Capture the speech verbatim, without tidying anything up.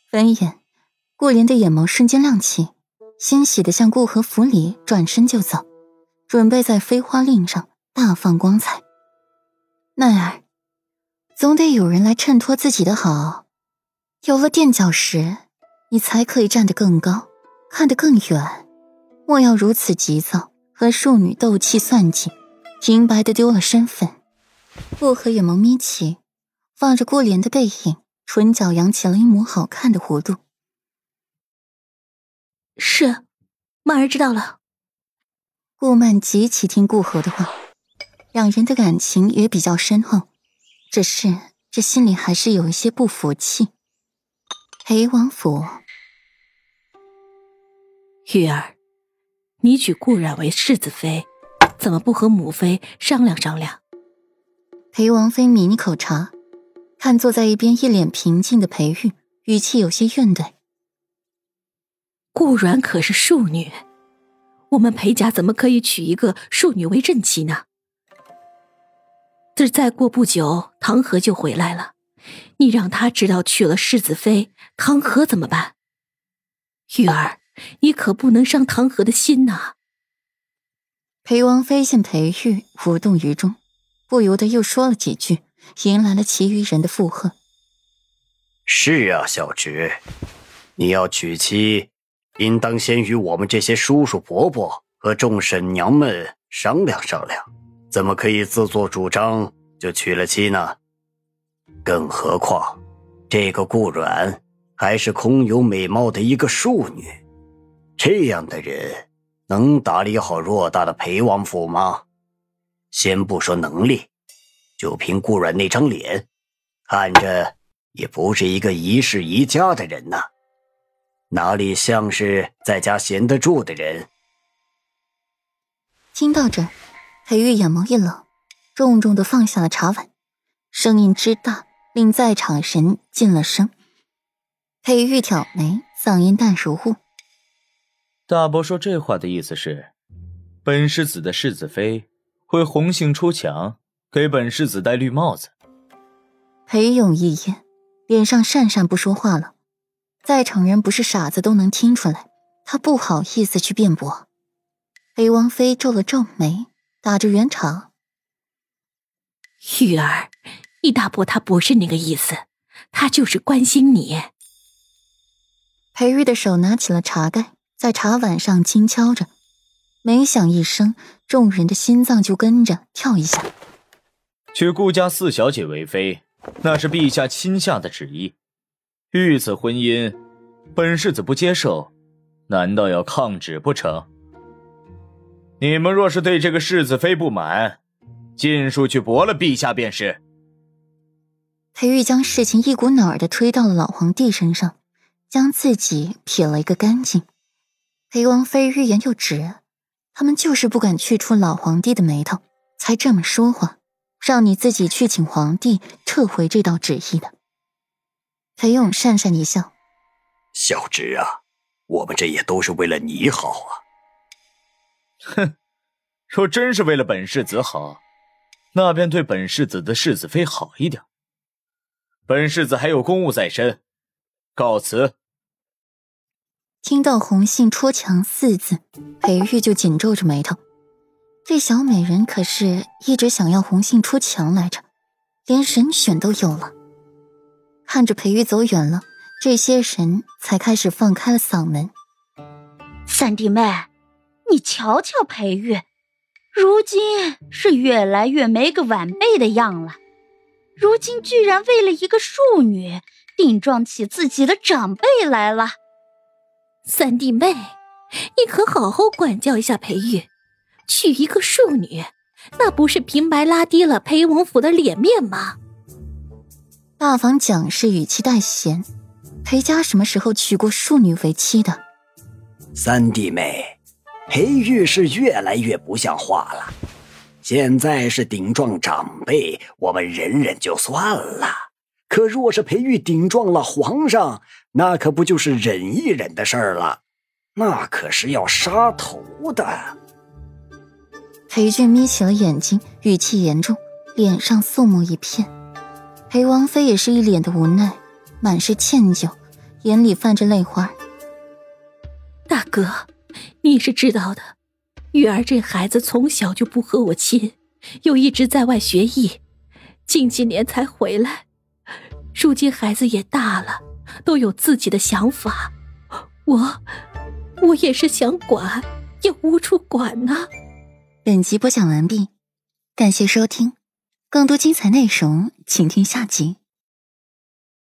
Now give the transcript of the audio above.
闻言，顾莲的眼眸瞬间亮起，欣喜地向顾河府里转身就走，准备在飞花令上大放光彩。奈儿，总得有人来衬托自己的好，有了垫脚石，你才可以站得更高，看得更远。莫要如此急躁，和庶女斗气算计，平白的丢了身份。顾河眼眸眯起，望着顾莲的背影，唇角扬起了一抹好看的弧度。 是，曼儿知道了。 顾曼极其听顾河的话，两人的感情也比较深厚，只是这心里还是有一些不服气。裴王府， 玉儿，你娶顾冉为世子妃，怎么不和母妃商量商量？ 裴王妃抿一口茶，看坐在一边一脸平静的裴玉，语气有些怨怼。 顾冉可是庶女，我们裴家怎么可以娶一个庶女为正妻呢？这再过不久，唐河就回来了，你让他知道娶了世子妃，唐河怎么办？玉儿，你可不能伤唐河的心呐。 裴王妃见裴玉无动于衷，不由得又说了几句，迎来了其余人的附和。 是啊，小侄，你要娶妻，应当先与我们这些叔叔伯伯和众婶娘们商量商量，怎么可以自作主张就娶了妻呢？更何况这个顾冉还是空有美貌的一个庶女，这样的人能打理好偌大的裴王府吗？先不说能力，就凭顾冉那张脸，看着也不是一个一世一家的人呐，哪里像是在家闲得住的人？ 听到这儿，裴玉眼眸一冷，重重地放下了茶碗，声音之大，令在场人噤了声。裴玉挑眉，嗓音淡如雾。 大伯说这话的意思是，本世子的世子妃会红杏出墙，给本世子戴绿帽子。 裴勇一噎，脸上讪讪不说话了。在场人不是傻子都能听出来，他不好意思去辩驳。裴王妃皱了皱眉，打着圆场。 玉儿，你大伯他不是那个意思，他就是关心你。 裴玉的手拿起了茶盖，在茶碗上轻敲着，每响一声，众人的心脏就跟着跳一下。 娶顾家四小姐为妃，那是陛下亲下的旨意，遇此婚姻，本世子不接受，难道要抗旨不成？你们若是对这个世子妃不满，尽数去驳了陛下便是。 裴玉将事情一股脑儿地推到了老皇帝身上，将自己撇了一个干净。裴王妃欲言又止，他们就是不敢去出老皇帝的眉头，才这么说话，让你自己去请皇帝撤回这道旨意的。裴勇讪讪一笑， 小侄啊，我们这也都是为了你好啊。 哼，若真是为了本世子好，那便对本世子的世子妃好一点。本世子还有公务在身，告辞。 听到红杏戳墙四字，裴玉就紧皱着眉头。这小美人可是一直想要红杏出墙来着，连人选都有了。看着裴玉走远了，这些人才开始放开了嗓门。 三弟妹，你瞧瞧裴玉，如今是越来越没个晚辈的样了，如今居然为了一个庶女顶撞起自己的长辈来了。 三弟妹，你可好好管教一下裴玉，娶一个庶女，那不是平白拉低了裴王府的脸面吗？ 大房讲是语气带嫌，裴家什么时候娶过庶女为妻的？ 三弟妹，裴玉是越来越不像话了，现在是顶撞长辈，我们忍忍就算了，可若是裴玉顶撞了皇上，那可不就是忍一忍的事儿了，那可是要杀头的。 裴俊眯起了眼睛，语气严重，脸上肃穆一片。裴王妃也是一脸的无奈，满是歉疚， 眼里泛着泪花。 大哥，你是知道的，玉儿这孩子从小就不和我亲，又一直在外学艺，近几年才回来。如今孩子也大了，都有自己的想法，我我也是想管，也无处管呢。 本集播讲完毕，感谢收听，更多精彩内容请听下集。